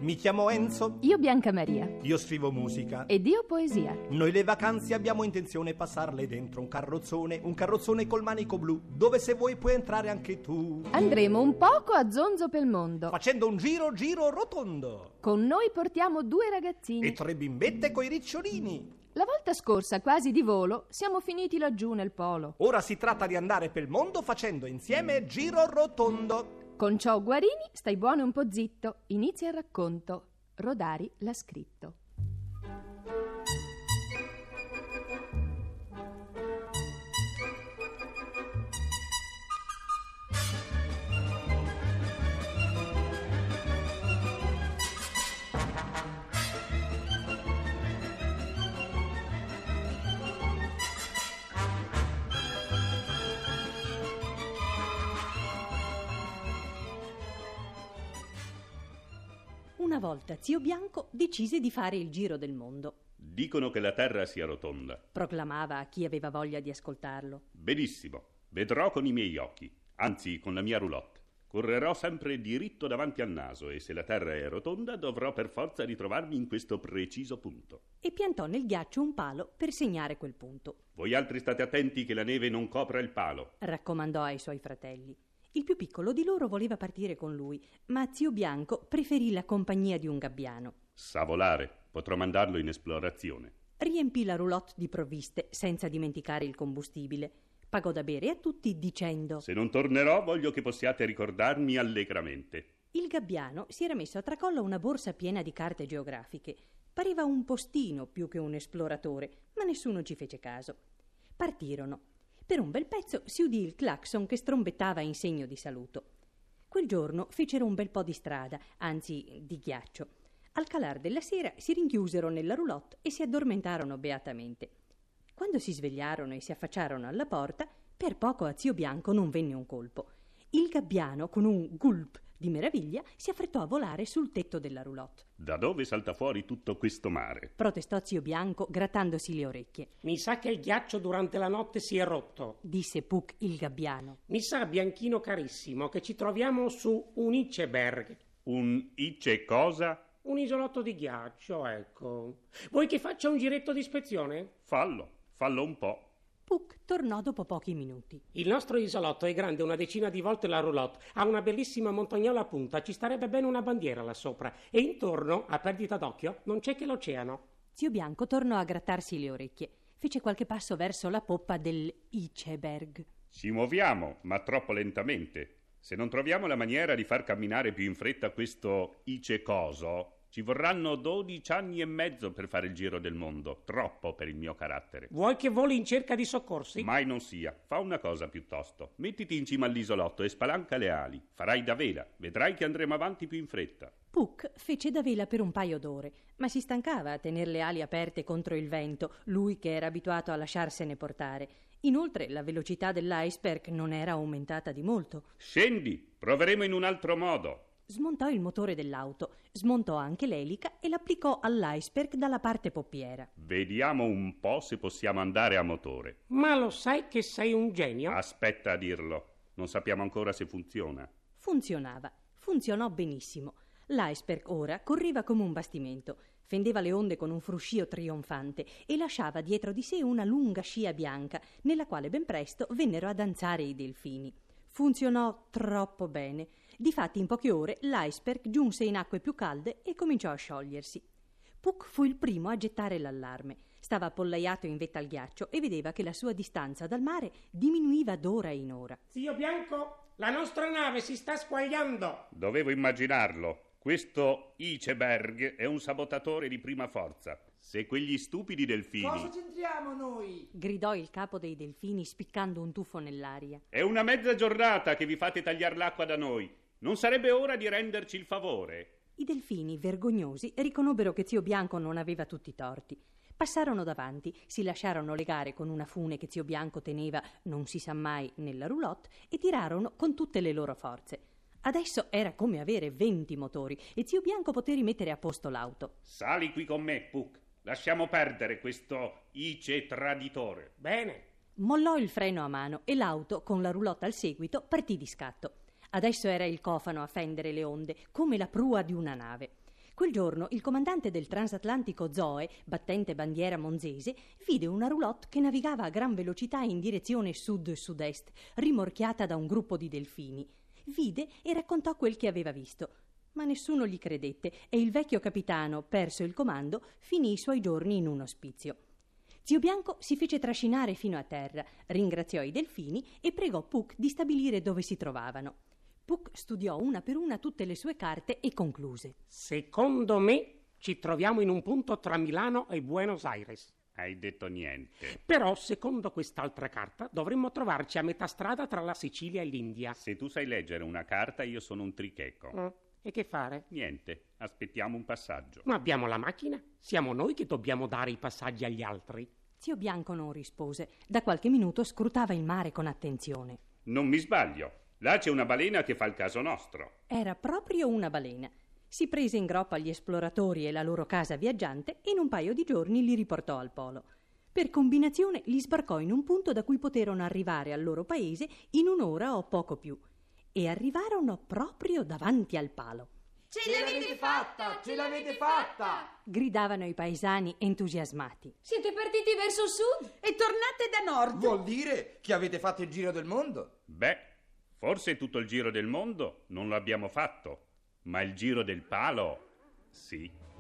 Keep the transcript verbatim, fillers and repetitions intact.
Mi chiamo Enzo. Io Bianca Maria. Io scrivo musica. Ed io poesia. Noi le vacanze abbiamo intenzione passarle dentro un carrozzone, un carrozzone col manico blu, dove se vuoi puoi entrare anche tu. Andremo un poco a zonzo pel mondo, facendo un giro giro rotondo. Con noi portiamo due ragazzini e tre bimbette coi ricciolini. La volta scorsa, quasi di volo, siamo finiti laggiù nel polo. Ora si tratta di andare pel mondo facendo insieme giro rotondo. Con ciò Guarini, stai buono e un po' zitto. Inizia il racconto. Rodari l'ha scritto. Una volta Zio Bianco decise di fare il giro del mondo. Dicono che la terra sia rotonda, proclamava a chi aveva voglia di ascoltarlo. Benissimo, vedrò con i miei occhi, anzi con la mia roulotte. Correrò sempre diritto davanti al naso e se la terra è rotonda dovrò per forza ritrovarmi in questo preciso punto. E piantò nel ghiaccio un palo per segnare quel punto. Voi altri state attenti che la neve non copra il palo, raccomandò ai suoi fratelli. Il più piccolo di loro voleva partire con lui, ma Zio Bianco preferì la compagnia di un gabbiano. Sa volare, potrò mandarlo in esplorazione. Riempì la roulotte di provviste, senza dimenticare il combustibile. Pagò da bere a tutti dicendo: se non tornerò voglio che possiate ricordarmi allegramente. Il gabbiano si era messo a tracollo una borsa piena di carte geografiche. Pareva un postino più che un esploratore, ma nessuno ci fece caso. Partirono. Per un bel pezzo si udì il clacson che strombettava in segno di saluto. Quel giorno fecero un bel po' di strada, anzi di ghiaccio. Al calar della sera si rinchiusero nella roulotte e si addormentarono beatamente. Quando si svegliarono e si affacciarono alla porta, per poco a Zio Bianco non venne un colpo. Il gabbiano, con un gulp di meraviglia, si affrettò a volare sul tetto della roulotte. Da dove salta fuori tutto questo mare? Protestò Zio Bianco, grattandosi le orecchie. Mi sa che il ghiaccio durante la notte si è rotto, disse Puck il gabbiano. Mi sa, Bianchino carissimo, che ci troviamo su un iceberg. Un ice cosa? Un isolotto di ghiaccio, ecco. Vuoi che faccia un giretto di ispezione? Fallo, fallo un po'. Puck tornò dopo pochi minuti. Il nostro isolotto è grande una decina di volte la roulotte, ha una bellissima montagnola a punta, ci starebbe bene una bandiera là sopra e intorno, a perdita d'occhio, non c'è che l'oceano. Zio Bianco tornò a grattarsi le orecchie. Fece qualche passo verso la poppa dell'iceberg. Ci muoviamo, ma troppo lentamente. Se non troviamo la maniera di far camminare più in fretta questo ice coso, ci vorranno dodici anni e mezzo per fare il giro del mondo. Troppo per il mio carattere. Vuoi che voli in cerca di soccorsi? Mai non sia. Fa una cosa piuttosto. Mettiti in cima all'isolotto e spalanca le ali. Farai da vela. Vedrai che andremo avanti più in fretta. Puck fece da vela per un paio d'ore, ma si stancava a tener le ali aperte contro il vento, lui che era abituato a lasciarsene portare. Inoltre la velocità dell'iceberg non era aumentata di molto. Scendi, proveremo in un altro modo. Smontò il motore dell'auto, smontò anche l'elica e l'applicò all'iceberg dalla parte poppiera. Vediamo un po' se possiamo andare a motore. Ma lo sai che sei un genio? Aspetta a dirlo, non sappiamo ancora se funziona. Funzionava, funzionò benissimo. L'iceberg ora correva come un bastimento, fendeva le onde con un fruscio trionfante e lasciava dietro di sé una lunga scia bianca nella quale ben presto vennero a danzare i delfini. Funzionò troppo bene. Difatti in poche ore l'iceberg giunse in acque più calde e cominciò a sciogliersi. Puck fu il primo a gettare l'allarme. Stava appollaiato in vetta al ghiaccio e vedeva che la sua distanza dal mare diminuiva d'ora in ora. Zio Bianco, la nostra nave si sta squagliando. Dovevo immaginarlo. Questo iceberg è un sabotatore di prima forza. Se quegli stupidi delfini... Cosa c'entriamo noi? Gridò il capo dei delfini spiccando un tuffo nell'aria. È una mezza giornata che vi fate tagliar l'acqua da noi. Non sarebbe ora di renderci il favore? I delfini, vergognosi, riconobbero che Zio Bianco non aveva tutti i torti. Passarono davanti, si lasciarono legare con una fune che Zio Bianco teneva, non si sa mai, nella roulotte e tirarono con tutte le loro forze. Adesso era come avere venti motori e Zio Bianco poté rimettere a posto l'auto. Sali qui con me, Puck. Lasciamo perdere questo ice traditore. Bene. Mollò il freno a mano e l'auto, con la roulotte al seguito, partì di scatto. Adesso era il cofano a fendere le onde, come la prua di una nave. Quel giorno il comandante del transatlantico Zoe, battente bandiera monzese, vide una roulotte che navigava a gran velocità in direzione sud-sud-est, rimorchiata da un gruppo di delfini. Vide e raccontò quel che aveva visto. Ma nessuno gli credette e il vecchio capitano, perso il comando, finì i suoi giorni in un ospizio. Zio Bianco si fece trascinare fino a terra, ringraziò i delfini e pregò Puck di stabilire dove si trovavano. Puck studiò una per una tutte le sue carte e concluse: secondo me ci troviamo in un punto tra Milano e Buenos Aires. Hai detto niente. Però, secondo quest'altra carta, dovremmo trovarci a metà strada tra la Sicilia e l'India. Se tu sai leggere una carta, io sono un tricheco. Mm. E che fare? Niente, aspettiamo un passaggio. Ma abbiamo la macchina? Siamo noi che dobbiamo dare i passaggi agli altri. Zio Bianco non rispose. Da qualche minuto scrutava il mare con attenzione. Non mi sbaglio. Là c'è una balena che fa il caso nostro. Era proprio una balena. Si prese in groppa gli esploratori e la loro casa viaggiante e in un paio di giorni li riportò al polo. Per combinazione li sbarcò in un punto da cui poterono arrivare al loro paese in un'ora o poco più. E arrivarono proprio davanti al palo. Ce l'avete fatta! Ce l'avete fatta! Gridavano i paesani entusiasmati. Siete partiti verso sud e tornate da nord. Vuol dire che avete fatto il giro del mondo? Beh, forse tutto il giro del mondo non lo abbiamo fatto, ma il giro del palo, sì.